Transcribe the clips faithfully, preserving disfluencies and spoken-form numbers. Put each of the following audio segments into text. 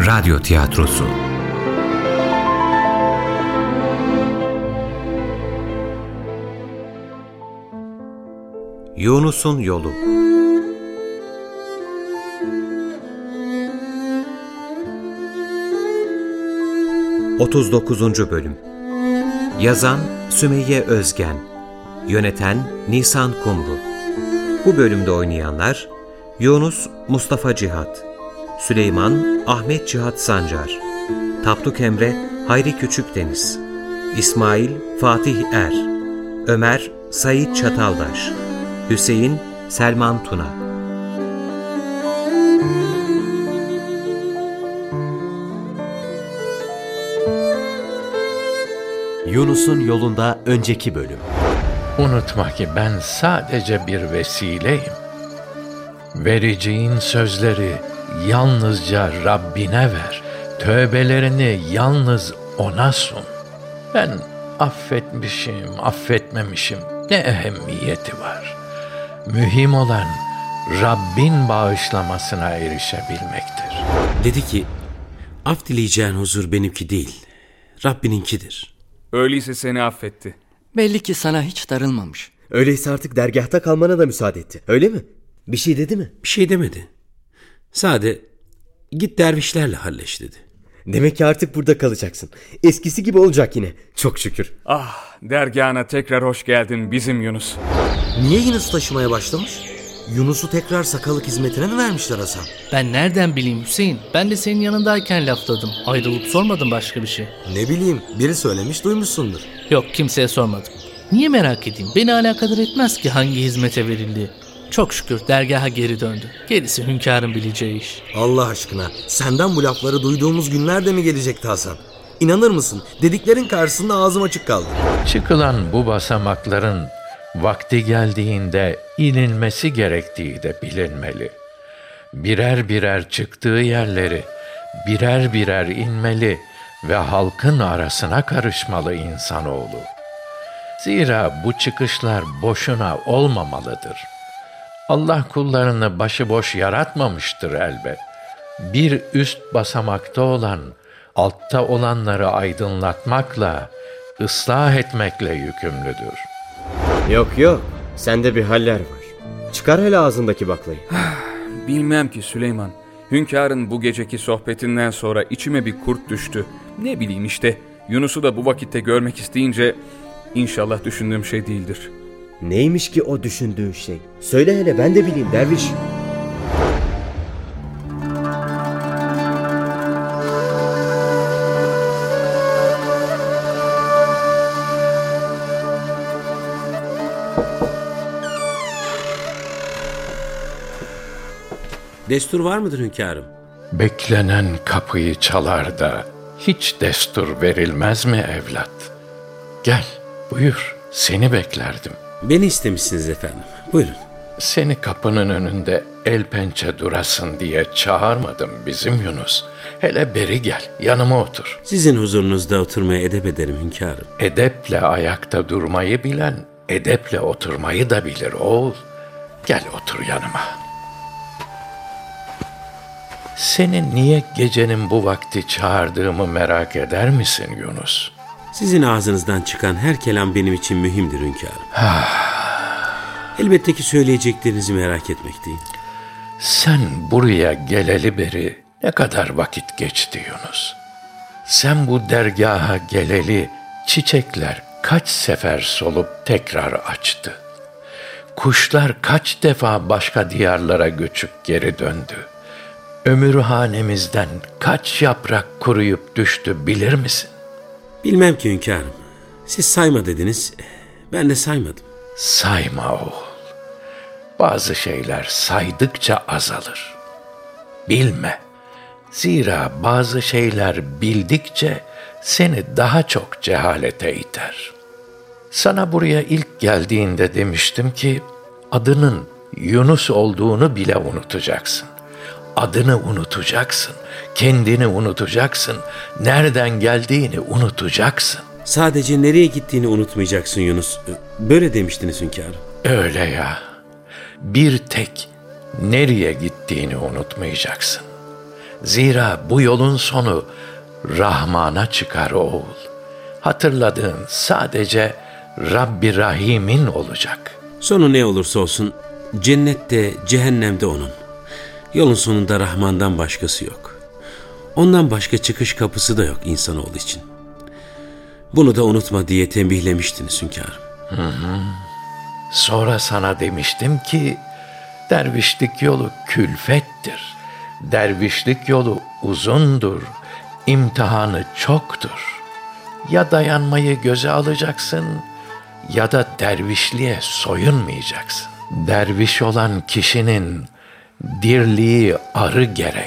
Radyo Tiyatrosu. Yunus'un Yolu. otuz dokuzuncu Bölüm. Yazan Sümeyye Özgen, yöneten Nisan Kumru. Bu bölümde oynayanlar: Yunus Mustafa Cihat, Süleyman Ahmet Cihat Sancar, Tapduk Emre Hayri Küçükdeniz, İsmail Fatih Er, Ömer Sait Çataldaş, Hüseyin Selman Tuna. Yunus'un Yolunda önceki bölüm. Unutma ki ben sadece bir vesileyim. Vereceğin sözleri yalnızca Rabbine ver. Tövbelerini yalnız O'na sun. Ben affetmişim, affetmemişim, ne ehemmiyeti var. Mühim olan Rabbin bağışlamasına erişebilmektir. Dedi ki, af dileyeceğin huzur benimki değil, Rabbininkidir. Öyleyse seni affetti. Belli ki sana hiç darılmamış. Öyleyse artık dergâhta kalmana da müsaade etti, öyle mi? Bir şey dedi mi? Bir şey demedi. Sade git dervişlerle halleş dedi. Demek ki artık burada kalacaksın. Eskisi gibi olacak yine. Çok şükür. Ah, dergâhına tekrar hoş geldin bizim Yunus. Niye Yunus taşımaya başlamış? Yunus'u tekrar sakalık hizmetine mi vermişler Hasan? Ben nereden bileyim Hüseyin? Ben de senin yanındayken lafladım. Ayrılıp sormadım başka bir şey. Ne bileyim, biri söylemiş duymuşsundur. Yok, kimseye sormadım. Niye merak edeyim? Beni alakadar etmez ki hangi hizmete verildiği. Çok şükür dergaha geri döndü. Gerisi hünkârın bileceği iş. Allah aşkına, senden bu lafları duyduğumuz günler de mi gelecekti Hasan? İnanır mısın? Dediklerin karşısında ağzım açık kaldı. Çıkılan bu basamakların vakti geldiğinde inilmesi gerektiği de bilinmeli. Birer birer çıktığı yerleri birer birer inmeli ve halkın arasına karışmalı insanoğlu. Zira bu çıkışlar boşuna olmamalıdır. Allah kullarını başıboş yaratmamıştır elbet. Bir üst basamakta olan, altta olanları aydınlatmakla, ıslah etmekle yükümlüdür. Yok yok, sende bir haller var. Çıkar hele ağzındaki baklayı. Bilmem ki Süleyman. Hünkârın bu geceki sohbetinden sonra içime bir kurt düştü. Ne bileyim işte, Yunus'u da bu vakitte görmek isteyince inşallah düşündüğüm şey değildir. Neymiş ki o düşündüğün şey? Söyle hele, ben de bileyim derviş. Destur var mıdır hünkârım? Beklenen kapıyı çalar da hiç destur verilmez mi evlat? Gel, buyur, seni beklerdim. Beni istemişsiniz efendim. Buyurun. Seni kapının önünde el pençe durasın diye çağırmadım bizim Yunus. Hele beri gel, yanıma otur. Sizin huzurunuzda oturmaya edep ederim hünkârım. Edeple ayakta durmayı bilen, edeple oturmayı da bilir oğul. Gel otur yanıma. Seni niye gecenin bu vakti çağırdığımı merak eder misin Yunus? Sizin ağzınızdan çıkan her kelam benim için mühimdir hünkârım. Elbette ki söyleyeceklerinizi merak etmekteyim. Sen buraya geleli beri ne kadar vakit geçti Yunus? Sen bu dergaha geleli çiçekler kaç sefer solup tekrar açtı? Kuşlar kaç defa başka diyarlara göçüp geri döndü? Ömürhanemizden kaç yaprak kuruyup düştü bilir misin? Bilmem ki hünkârım. Siz sayma dediniz, ben de saymadım. Sayma oğul. Bazı şeyler saydıkça azalır. Bilme. Zira bazı şeyler bildikçe seni daha çok cehalete iter. Sana buraya ilk geldiğinde demiştim ki adının Yunus olduğunu bile unutacaksın. Adını unutacaksın, kendini unutacaksın, nereden geldiğini unutacaksın. Sadece nereye gittiğini unutmayacaksın Yunus. Böyle demiştiniz hünkârım. Öyle ya. Bir tek nereye gittiğini unutmayacaksın. Zira bu yolun sonu Rahman'a çıkar oğul. Hatırladığın sadece Rabbi Rahim'in olacak. Sonu ne olursa olsun cennette, cehennemde onun. Yolun sonunda Rahman'dan başkası yok. Ondan başka çıkış kapısı da yok insanoğlu için. Bunu da unutma diye tembihlemiştiniz hünkârım. Hı hı. Sonra sana demiştim ki dervişlik yolu külfettir. Dervişlik yolu uzundur. İmtihanı çoktur. Ya dayanmayı göze alacaksın ya da dervişliğe soyunmayacaksın. Derviş olan kişinin dirliği arı gerek.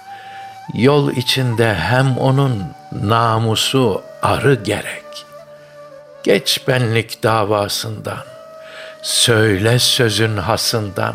Yol içinde hem onun namusu arı gerek. Geç benlik davasından, söyle sözün hasından,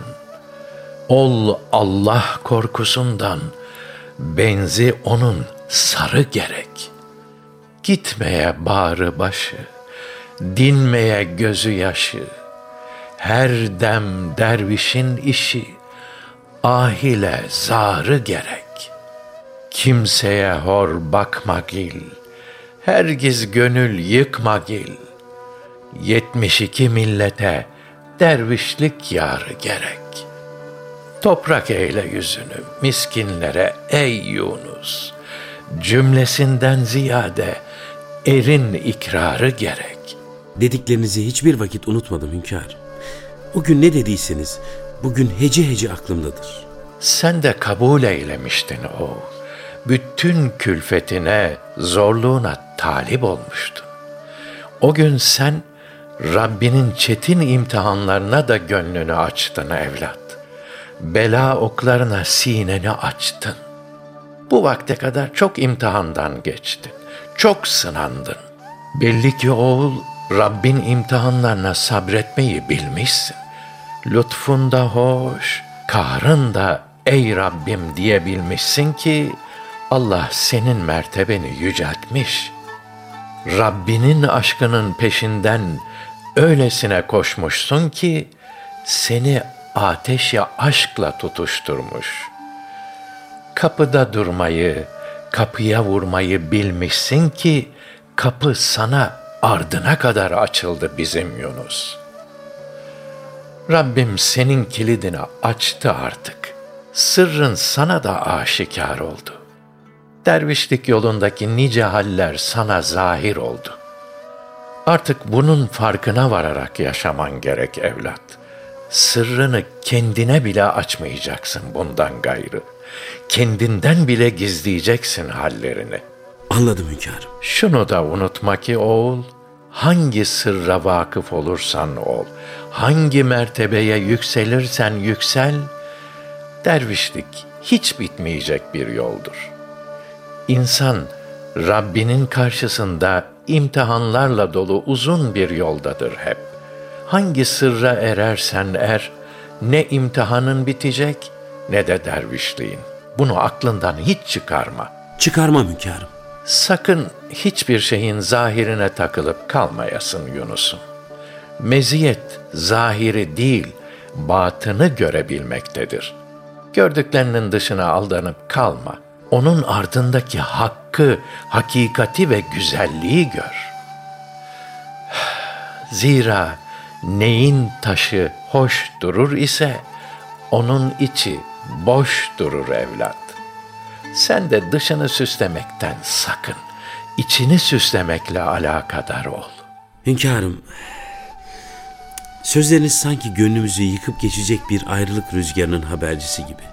ol Allah korkusundan, benzi onun sarı gerek. Gitmeye bağrı başı, dinmeye gözü yaşı, her dem dervişin işi, ahile zarı gerek. Kimseye hor bakma gil, hergiz gönül yıkma gil. Yetmiş iki millete dervişlik yarı gerek. Toprak eyle yüzünü miskinlere ey Yunus. Cümlesinden ziyade erin ikrarı gerek. Dediklerinizi hiçbir vakit unutmadım hünkârım. O gün ne dediyseniz bugün hece hece aklımdadır. Sen de kabul eylemiştin o. Bütün külfetine, zorluğuna talip olmuştun. O gün sen Rabbinin çetin imtihanlarına da gönlünü açtın evlat. Bela oklarına sineni açtın. Bu vakte kadar çok imtihandan geçtin. Çok sınandın. Belli ki oğul Rabbin imtihanlarına sabretmeyi bilmişsin. Lütfunda hoş, kahrın da ey Rabbim diyebilmişsin ki Allah senin mertebeni yüceltmiş. Rabbinin aşkının peşinden öylesine koşmuşsun ki seni ateşe aşkla tutuşturmuş. Kapıda durmayı, kapıya vurmayı bilmişsin ki kapı sana ardına kadar açıldı bizim Yunus. Rabbim senin kilidini açtı artık. Sırrın sana da aşikar oldu. Dervişlik yolundaki nice haller sana zahir oldu. Artık bunun farkına vararak yaşaman gerek evlat. Sırrını kendine bile açmayacaksın bundan gayrı. Kendinden bile gizleyeceksin hallerini. Anladım hünkârım. Şunu da unutma ki oğul, hangi sırra vakıf olursan ol, hangi mertebeye yükselirsen yüksel, dervişlik hiç bitmeyecek bir yoldur. İnsan Rabbinin karşısında imtihanlarla dolu uzun bir yoldadır hep. Hangi sırra erersen er, ne imtihanın bitecek ne de dervişliğin. Bunu aklından hiç çıkarma. Çıkarmam hünkârım. Sakın hiçbir şeyin zahirine takılıp kalmayasın Yunus'um. Meziyet zahiri değil, batını görebilmektedir. Gördüklerinin dışına aldanıp kalma. Onun ardındaki hakkı, hakikati ve güzelliği gör. Zira neyin taşı hoş durur ise onun içi boş durur evlat. Sen de dışını süslemekten sakın, içini süslemekle alakadar ol. Hünkârım, sözleriniz sanki gönlümüzü yıkıp geçecek bir ayrılık rüzgarının habercisi gibi.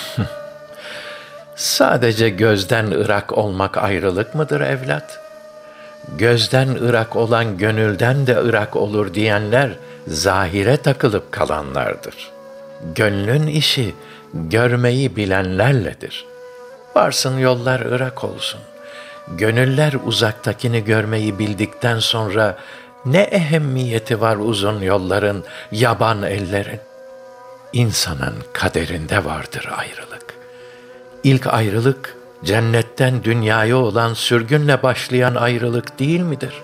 Sadece gözden ırak olmak ayrılık mıdır evlat? Gözden ırak olan gönülden de ırak olur diyenler zahire takılıp kalanlardır. Gönlün işi görmeyi bilenlerledir. Varsın yollar ırak olsun. Gönüller uzaktakini görmeyi bildikten sonra ne ehemmiyeti var uzun yolların, yaban ellerin? İnsanın kaderinde vardır ayrılık. İlk ayrılık, cennetten dünyaya olan sürgünle başlayan ayrılık değil midir?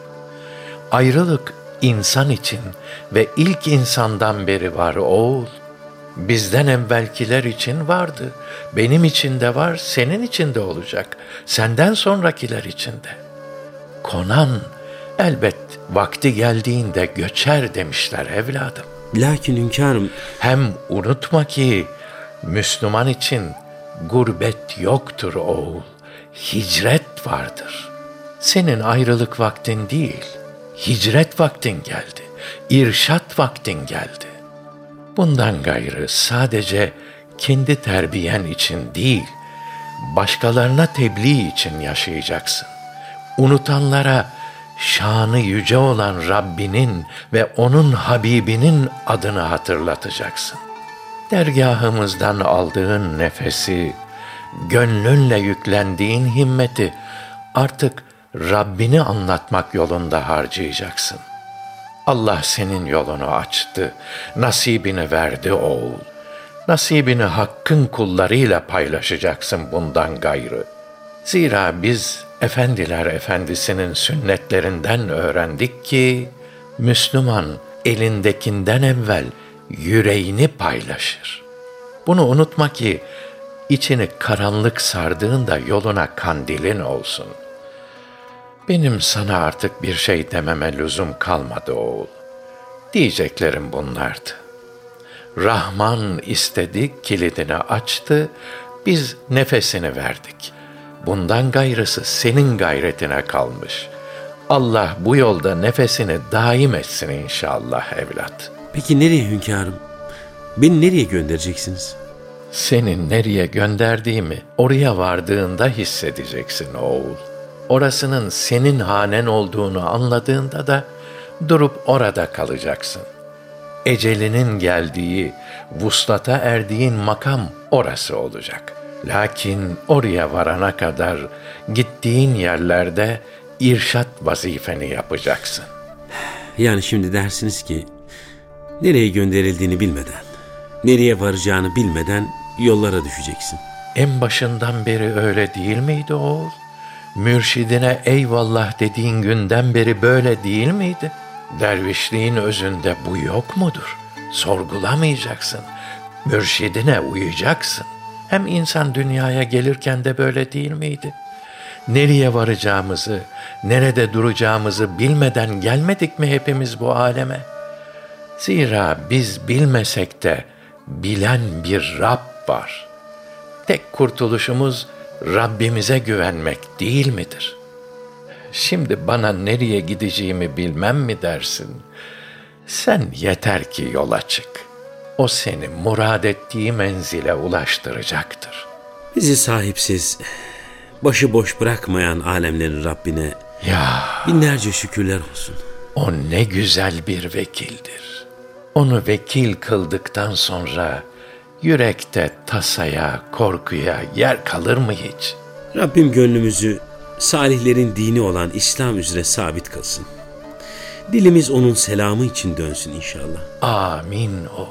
Ayrılık insan için ve ilk insandan beri var oğul. Bizden evvelkiler için vardı. Benim için de var, senin için de olacak. Senden sonrakiler için de. Konan elbet vakti geldiğinde göçer demişler evladım. Lakin hünkârım, Hem unutma ki Müslüman için gurbet yoktur oğul. Hicret vardır. Senin ayrılık vaktin değil, hicret vaktin geldi. İrşat vaktin geldi. Bundan gayrı sadece kendi terbiyen için değil, başkalarına tebliğ için yaşayacaksın. Unutanlara şanı yüce olan Rabbinin ve onun Habibinin adını hatırlatacaksın. Dergahımızdan aldığın nefesi, gönlünle yüklendiğin himmeti artık Rabbini anlatmak yolunda harcayacaksın. Allah senin yolunu açtı, nasibini verdi oğul. Nasibini hakkın kullarıyla paylaşacaksın bundan gayrı. Zira biz efendiler efendisinin sünnetlerinden öğrendik ki, Müslüman elindekinden evvel yüreğini paylaşır. Bunu unutma ki, içini karanlık sardığında yoluna kandilin olsun. Benim sana artık bir şey dememe lüzum kalmadı oğul. Diyeceklerim bunlardı. Rahman istedi, kilidini açtı, biz nefesini verdik. Bundan gayrısı senin gayretine kalmış. Allah bu yolda nefesini daim etsin inşallah evlat. peki nereye hünkârım? Beni nereye göndereceksiniz? Senin nereye gönderdiğimi oraya vardığında hissedeceksin oğul. Orasının senin hanen olduğunu anladığında da durup orada kalacaksın. Ecelinin geldiği, vuslata erdiğin makam orası olacak. Lakin oraya varana kadar gittiğin yerlerde irşat vazifeni yapacaksın. Yani şimdi dersiniz ki, nereye gönderildiğini bilmeden, nereye varacağını bilmeden yollara düşeceksin. En başından beri öyle değil miydi oğul? Mürşidine eyvallah dediğin günden beri böyle değil miydi? Dervişliğin özünde bu yok mudur? Sorgulamayacaksın. Mürşidine uyacaksın. Hem insan dünyaya gelirken de böyle değil miydi? Nereye varacağımızı, nerede duracağımızı bilmeden gelmedik mi hepimiz bu aleme? Zira biz bilmesek de bilen bir Rab var. Tek kurtuluşumuz Rabbimize güvenmek değil midir? Şimdi bana nereye gideceğimi bilmem mi dersin? Sen yeter ki yola çık. O seni murad ettiği menzile ulaştıracaktır. Bizi sahipsiz, başıboş bırakmayan alemlerin Rabbine Ya binlerce şükürler olsun. o ne güzel bir vekildir. Onu vekil kıldıktan sonra yürekte tasaya, korkuya yer kalır mı hiç? Rabbim gönlümüzü salihlerin dini olan İslam üzere sabit kılsın. Dilimiz onun selamı için dönsün inşallah. Amin oğul,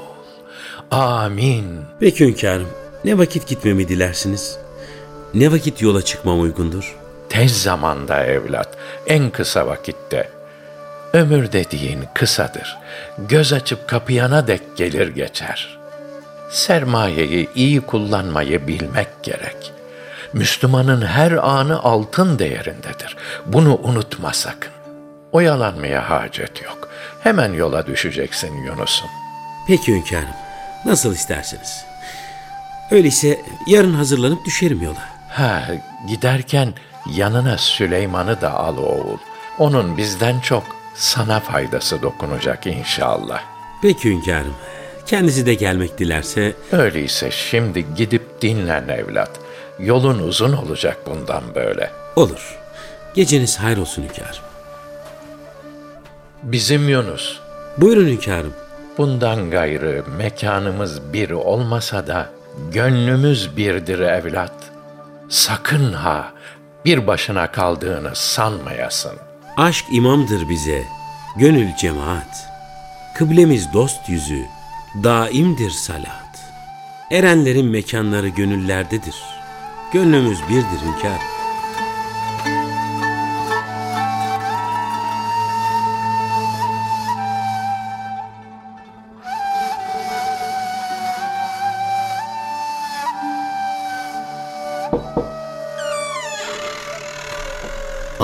amin. Peki hünkârım, ne vakit gitmemi dilersiniz? Ne vakit yola çıkmam uygundur? Tez zamanda evlat, en kısa vakitte. Ömür dediğin kısadır. Göz açıp kapayana dek gelir geçer. Sermayeyi iyi kullanmayı bilmek gerek. Müslümanın her anı altın değerindedir. Bunu unutma sakın. Oyalanmaya hacet yok. Hemen yola düşeceksin Yunus'um. Peki hünkârım, nasıl isterseniz. Öyleyse yarın hazırlanıp düşerim yola. Ha, giderken yanına Süleyman'ı da al oğul. Onun bizden çok sana faydası dokunacak inşallah. Peki hünkârım, kendisi de gelmek dilerse... Öyleyse şimdi gidip dinlen evlat. Yolun uzun olacak bundan böyle. Olur. Geceniz hayrolsun hünkârım. Bizim Yunus, Buyurun hünkârım. bundan gayrı mekanımız bir olmasa da gönlümüz birdir evlat. Sakın ha bir başına kaldığını sanmayasın. Aşk imamdır bize, gönül cemaat. Kıblemiz dost yüzü, daimdir salat. Erenlerin mekanları gönüllerdedir. Gönlümüz birdir hünkârım.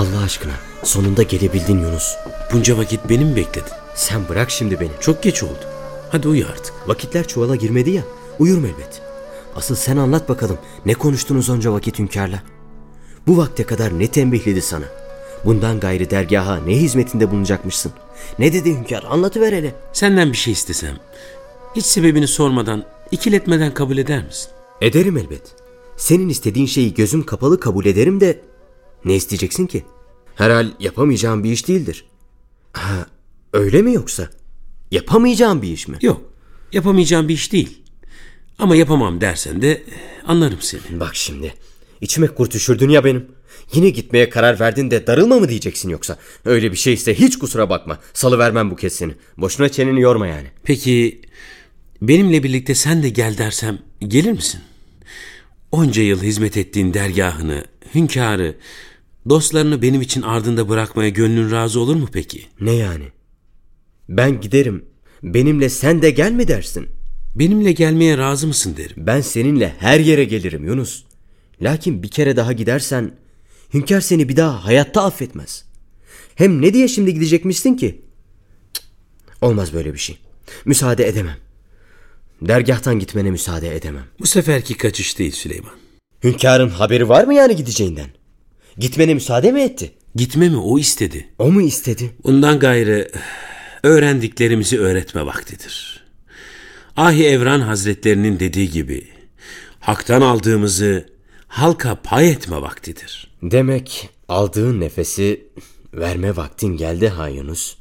Allah aşkına sonunda gelebildin Yunus. Bunca vakit beni mi bekledin? Sen bırak şimdi beni. Çok geç oldu. Hadi uyu artık. Vakitler çuvala girmedi ya. Uyurum elbet. Asıl sen anlat bakalım. Ne konuştunuz onca vakit hünkârla? Bu vakte kadar ne tembihledi sana? Bundan gayrı dergaha ne hizmetinde bulunacakmışsın? Ne dedi hünkâr? Anlatıver hele. Senden bir şey istesem, hiç sebebini sormadan, ikiletmeden kabul eder misin? Ederim elbet. Senin istediğin şeyi gözüm kapalı kabul ederim de ne isteyeceksin ki? Herhal yapamayacağım bir iş değildir. Ha, öyle mi yoksa? Yapamayacağım bir iş mi? Yok, yapamayacağım bir iş değil. Ama yapamam dersen de anlarım seni. Bak şimdi, içime kurt düşürdün ya benim. Yine gitmeye karar verdin de darılma mı diyeceksin yoksa? Öyle bir şeyse hiç kusura bakma. Salıvermem bu kez seni. Boşuna çeneni yorma yani. Peki benimle birlikte sen de gel dersem gelir misin? Onca yıl hizmet ettiğin dergahını, hünkârı, dostlarını benim için ardında bırakmaya gönlün razı olur mu peki? Ne yani? Ben giderim. Benimle sen de gel mi dersin? Benimle gelmeye razı mısın derim. Ben seninle her yere gelirim Yunus. Lakin bir kere daha gidersen hünkâr seni bir daha hayatta affetmez. Hem ne diye şimdi gidecekmişsin ki? Cık, olmaz böyle bir şey. Müsaade edemem. Dergahtan gitmene müsaade edemem. Bu seferki kaçış değil Süleyman. Hünkârın haberi var mı yani gideceğinden? Gitmene müsaade mi etti? Gitmemi o istedi. O mu istedi? Bundan gayrı öğrendiklerimizi öğretme vaktidir. Ahi Evran Hazretlerinin dediği gibi haktan aldığımızı halka pay etme vaktidir. Demek aldığın nefesi verme vaktin geldi ha Yunus.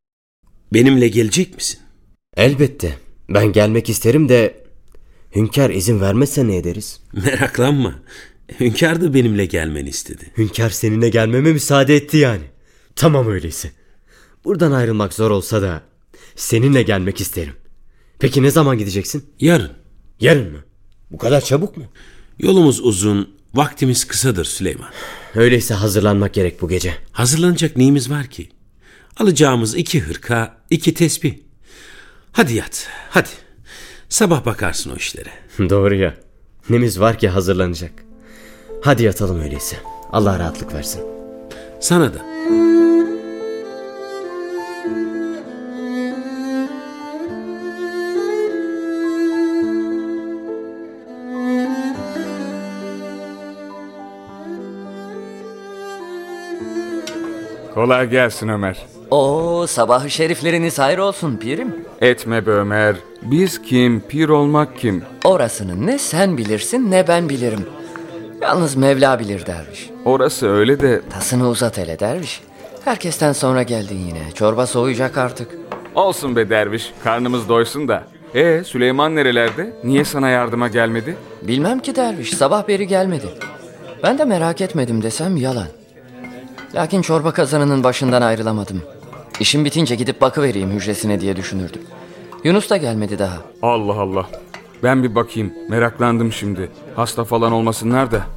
Benimle gelecek misin? Elbette. Ben gelmek isterim de hünkâr izin vermezse ne ederiz? Meraklanma. Hünkâr da benimle gelmeni istedi. Hünkâr seninle gelmeme müsaade etti yani. Tamam öyleyse. Buradan ayrılmak zor olsa da seninle gelmek isterim. Peki ne zaman gideceksin? Yarın. Yarın mı? Bu kadar çabuk mu? Yolumuz uzun, vaktimiz kısadır Süleyman. Öyleyse hazırlanmak gerek bu gece. Hazırlanacak neyimiz var ki? Alacağımız iki hırka, iki tesbih. Hadi yat, hadi. Sabah bakarsın o işlere. Doğru ya. Nemiz var ki hazırlanacak. Hadi yatalım öyleyse. Allah rahatlık versin. Sana da. Kolay gelsin Ömer. Oo, sabahı şerifleriniz hayır olsun pirim. Etme be Ömer. Biz kim, pir olmak kim? Orasını ne sen bilirsin ne ben bilirim. Yalnız Mevla bilir derviş. Orası öyle de... Tasını uzat hele derviş. Herkesten sonra geldin yine. Çorba soğuyacak artık. Olsun be derviş, karnımız doysun da. Ee, Süleyman nerelerde? Niye sana yardıma gelmedi? Bilmem ki derviş, sabah beri gelmedi. Ben de merak etmedim desem yalan. Lakin çorba kazanının başından ayrılamadım. İşim bitince gidip bakıvereyim hücresine diye düşünürdüm. Yunus da gelmedi daha. Allah Allah. Ben bir bakayım, meraklandım şimdi. Hasta falan olmasınlar da.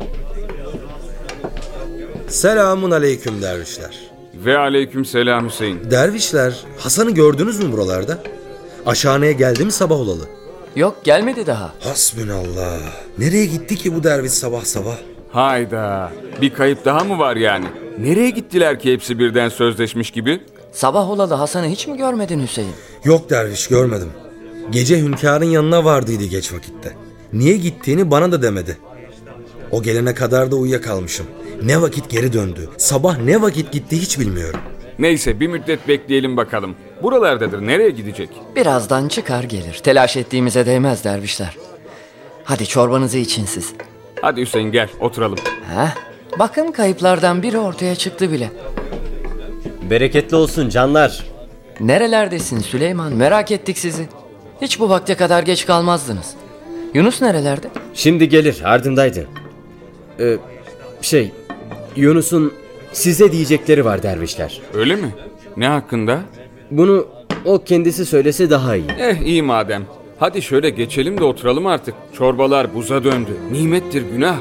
Selamun aleyküm dervişler. Ve aleyküm selam Hüseyin. Dervişler, Hasan'ı gördünüz mü buralarda? Aşhaneye geldi mi sabah olalı? Yok, gelmedi daha. Hasbünallah. Nereye gitti ki bu derviş sabah sabah? Hayda, bir kayıp daha mı var yani? Nereye gittiler ki hepsi birden sözleşmiş gibi? Sabah olalı Hasan'ı hiç mi görmedin Hüseyin? Yok derviş, görmedim. Gece hünkârın yanına vardıydı geç vakitte. Niye gittiğini bana da demedi. O gelene kadar da uyuyakalmışım. Ne vakit geri döndü, sabah ne vakit gitti hiç bilmiyorum. Neyse, bir müddet bekleyelim bakalım. Buralardadır, nereye gidecek? Birazdan çıkar gelir. Telaş ettiğimize değmez dervişler. Hadi çorbanızı için siz. Hadi Hüseyin gel, oturalım. Heh, bakın kayıplardan biri ortaya çıktı bile. Bereketli olsun canlar. Nerelerdesin Süleyman? Merak ettik sizi. Hiç bu vakte kadar geç kalmazdınız. Yunus nerelerde? Şimdi gelir, ardındaydı. Ee, şey, Yunus'un size diyecekleri var dervişler. Öyle mi? Ne hakkında? Bunu o kendisi söylese daha iyi. Eh, iyi madem. Hadi şöyle geçelim de oturalım artık. Çorbalar buza döndü. Nimettir günah.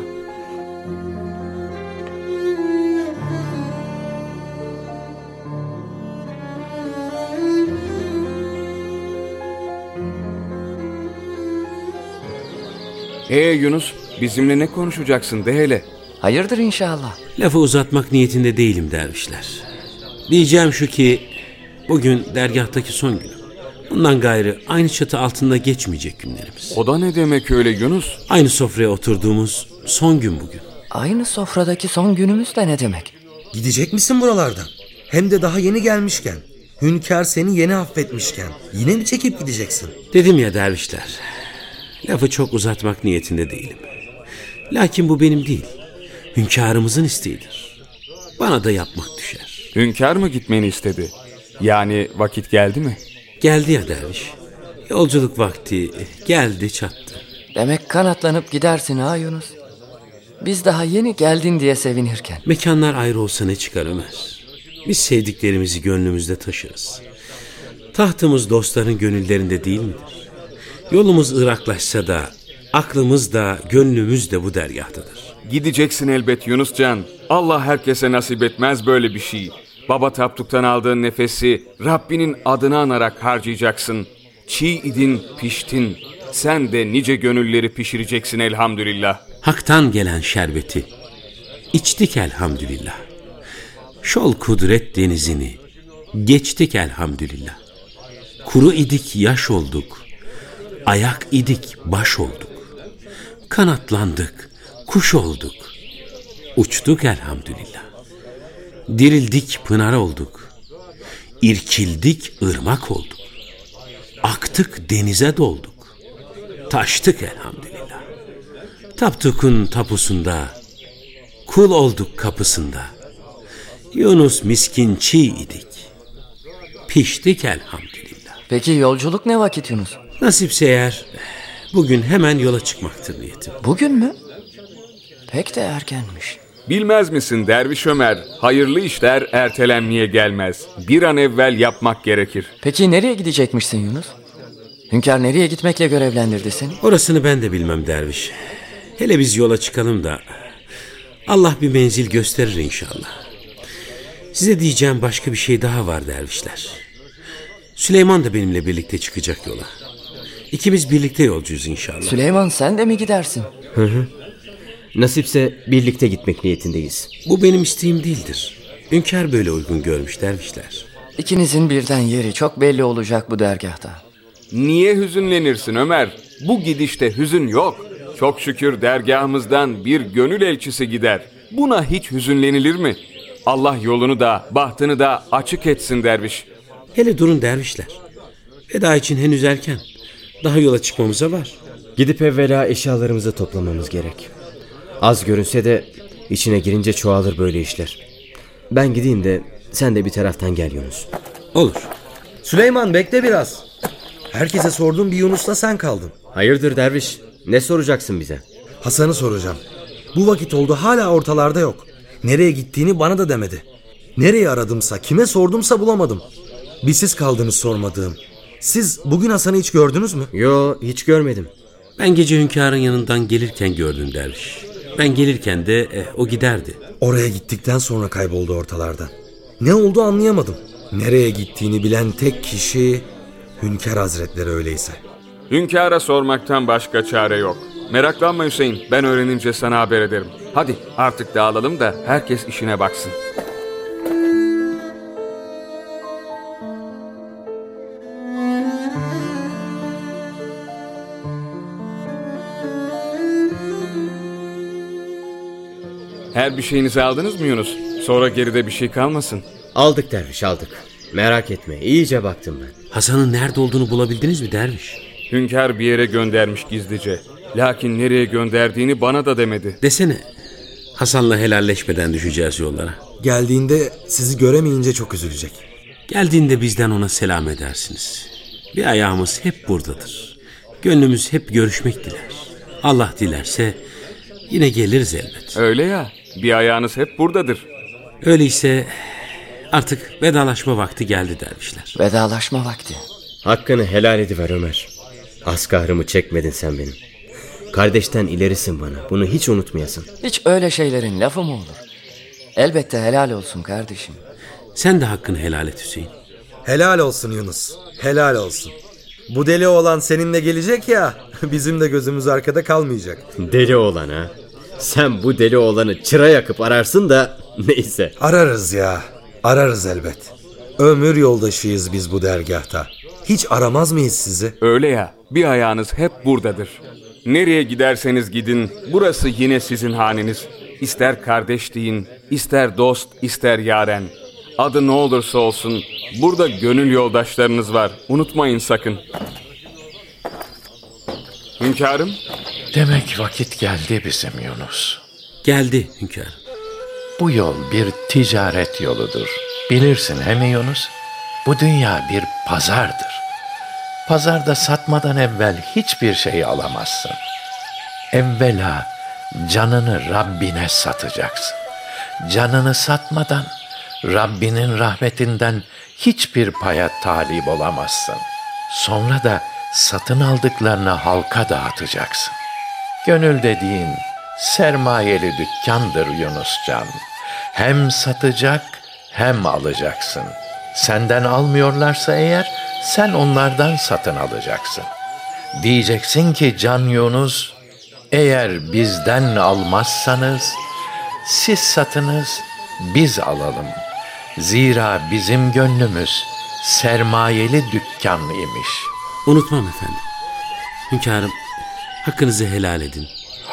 Ee Yunus, bizimle ne konuşacaksın de hele. Hayırdır inşallah. Lafı uzatmak niyetinde değilim dervişler. Diyeceğim şu ki bugün dergahtaki son günüm. Bundan gayrı aynı çatı altında geçmeyecek günlerimiz. O da ne demek öyle Yunus? Aynı sofraya oturduğumuz son gün bugün. Aynı sofradaki son günümüz de ne demek? Gidecek misin buralardan? Hem de daha yeni gelmişken. Hünkâr seni yeni affetmişken. Yine mi çekip gideceksin? Dedim ya dervişler, lafı çok uzatmak niyetinde değilim. Lakin bu benim değil, hünkârımızın isteğidir. Bana da yapmak düşer. Hünkâr mı gitmeni istedi? Yani vakit geldi mi? Geldi ya derviş. Yolculuk vakti geldi çattı. Demek kanatlanıp gidersin ha Yunus. Biz daha yeni geldin diye sevinirken. Mekanlar ayrı olsa ne çıkar Ömer? Biz sevdiklerimizi gönlümüzde taşırız. Tahtımız dostların gönüllerinde değil midir? Yolumuz ıraklaşsa da aklımız da gönlümüz de bu dergahtadır. Gideceksin elbet Yunuscan. Allah herkese nasip etmez böyle bir şey. Baba taptuktan aldığın nefesi Rabbinin adını anarak harcayacaksın. Çiğ idin, piştin. Sen de nice gönülleri pişireceksin elhamdülillah. Hak'tan gelen şerbeti içtik elhamdülillah. Şol kudret denizini geçtik elhamdülillah. Kuru idik yaş olduk, ayak idik baş olduk. Kanatlandık, kuş olduk, uçtuk elhamdülillah. Dirildik pınar olduk, irkildik ırmak olduk. Aktık denize dolduk, taştık elhamdülillah. Taptuk'un tapusunda, kul olduk kapısında. Yunus miskin çiğ idik, piştik elhamdülillah. Peki yolculuk ne vakit Yunus? Nasipse eğer bugün hemen yola çıkmaktır niyetim. Bugün mü? Pek de erkenmiş. Bilmez misin Derviş Ömer, hayırlı işler ertelenmeye gelmez. Bir an evvel yapmak gerekir. Peki nereye gidecekmişsin Yunus? Hünkâr nereye gitmekle görevlendirdi seni? Orasını ben de bilmem derviş. Hele biz yola çıkalım da Allah bir menzil gösterir inşallah. Size diyeceğim başka bir şey daha var dervişler. Süleyman da benimle birlikte çıkacak yola. İkimiz birlikte yolcuyuz inşallah. Süleyman sen de mi gidersin? Hı hı. Nasipse birlikte gitmek niyetindeyiz. Bu benim isteğim değildir. Hünkâr böyle uygun görmüş dervişler. İkinizin birden yeri çok belli olacak bu dergahta. Niye hüzünlenirsin Ömer? Bu gidişte hüzün yok. Çok şükür dergahımızdan bir gönül elçisi gider. Buna hiç hüzünlenilir mi? Allah yolunu da bahtını da açık etsin derviş. Hele durun dervişler. Veda için henüz erken. Daha yola çıkmamıza var. Gidip evvela eşyalarımızı toplamamız gerek. Az görünse de içine girince çoğalır böyle işler. Ben gideyim de sen de bir taraftan gel Yunus. Olur. Süleyman bekle biraz. Herkese sorduğum bir Yunus'la sen kaldın. Hayırdır derviş? Ne soracaksın bize? Hasan'ı soracağım. Bu vakit oldu hala ortalarda yok. Nereye gittiğini bana da demedi. Nereye aradımsa, kime sordumsa bulamadım. Bir siz kaldınız sormadığım. Siz bugün Hasan'ı hiç gördünüz mü? Yo, hiç görmedim. Ben gece hünkârın yanından gelirken gördüm derviş. Ben gelirken de eh, o giderdi. Oraya gittikten sonra kayboldu ortalardan. Ne oldu anlayamadım. Nereye gittiğini bilen tek kişi Hünkâr Hazretleri öyleyse. Hünkâra sormaktan başka çare yok. Meraklanma Hüseyin, ben öğrenince sana haber ederim. Hadi artık dağılalım da herkes işine baksın. Her bir şeyinizi aldınız mı Yunus? Sonra geride bir şey kalmasın. Aldık derviş aldık. Merak etme iyice baktım ben. Hasan'ın nerede olduğunu bulabildiniz mi derviş? Hünkâr bir yere göndermiş gizlice. Lakin nereye gönderdiğini bana da demedi. Desene, Hasan'la helalleşmeden düşeceğiz yollara. Geldiğinde sizi göremeyince çok üzülecek. Geldiğinde bizden ona selam edersiniz. Bir ayağımız hep buradadır. Gönlümüz hep görüşmek diler. Allah dilerse yine geliriz elbet. Öyle ya, bir ayağınız hep buradadır. Öyleyse artık vedalaşma vakti geldi dervişler. Vedalaşma vakti. Hakkını helal ediver Ömer. Asgarımı çekmedin sen benim. Kardeşten ilerisin bana. Bunu hiç unutmayasın. Hiç öyle şeylerin lafı mı olur? Elbette helal olsun kardeşim. Sen de hakkını helal et Hüseyin. Helal olsun Yunus. Helal olsun. Bu deli oğlan seninle gelecek ya. Bizim de gözümüz arkada kalmayacak. Deli olan ha. Sen bu deli oğlanı çıra yakıp ararsın da neyse. Ararız ya. Ararız elbet. Ömür yoldaşıyız biz bu dergahta. Hiç aramaz mıyız sizi? Öyle ya, bir ayağınız hep buradadır. Nereye giderseniz gidin, burası yine sizin haneniz. İster kardeş deyin, ister dost, ister yaren. Adı ne olursa olsun, burada gönül yoldaşlarınız var. Unutmayın sakın. Hünkârım? Demek vakit geldi bizim Yunus. Geldi hünkârım. Bu yol bir ticaret yoludur. Bilirsin he mi Yunus? Bu dünya bir pazardır. Pazarda satmadan evvel hiçbir şey alamazsın. Evvela canını Rabbine satacaksın. Canını satmadan Rabbinin rahmetinden hiçbir paya talip olamazsın. Sonra da satın aldıklarını halka dağıtacaksın. Gönül dediğin sermayeli dükkandır Yunuscan. Hem satacak hem alacaksın. Senden almıyorlarsa eğer sen onlardan satın alacaksın. Diyeceksin ki Can Yunus, eğer bizden almazsanız siz satınız, biz alalım. Zira bizim gönlümüz sermayeli dükkan imiş. Unutmam efendim. Hünkârım, hakkınızı helal edin.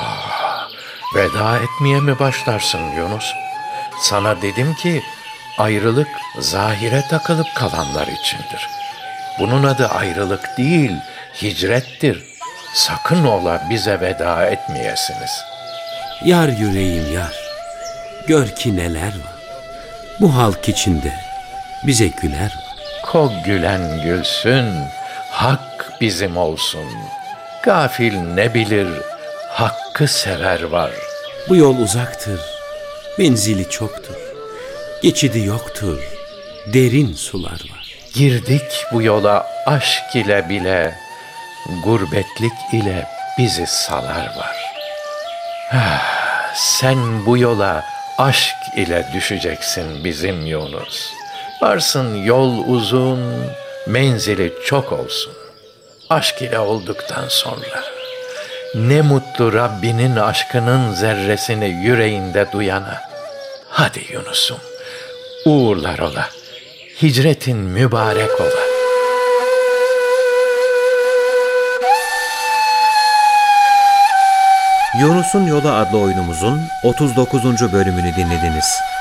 Veda etmeye mi başlarsın Yunus? Sana dedim ki ayrılık zahire takılıp kalanlar içindir. Bunun adı ayrılık değil, hicrettir. Sakın ola bize veda etmeyesiniz. Yar yüreğim yar. Gör ki neler var. Bu halk içinde bize güler var. Ko gülen gülsün, hak bizim olsun. Gafil ne bilir, hakkı sever var. Bu yol uzaktır, menzili çoktur. Geçidi yoktur, derin sular var. Girdik bu yola aşk ile bile, gurbetlik ile bizi salar var. Ah, sen bu yola aşk ile düşeceksin bizim Yunus. Varsın yol uzun, menzili çok olsun. Aşk ile olduktan sonra ne mutlu Rabbinin aşkının zerresini yüreğinde duyana. Hadi Yunus'um, uğurlar ola, hicretin mübarek ola. Yunus'un Yolu adlı oyunumuzun otuz dokuzuncu bölümünü dinlediniz.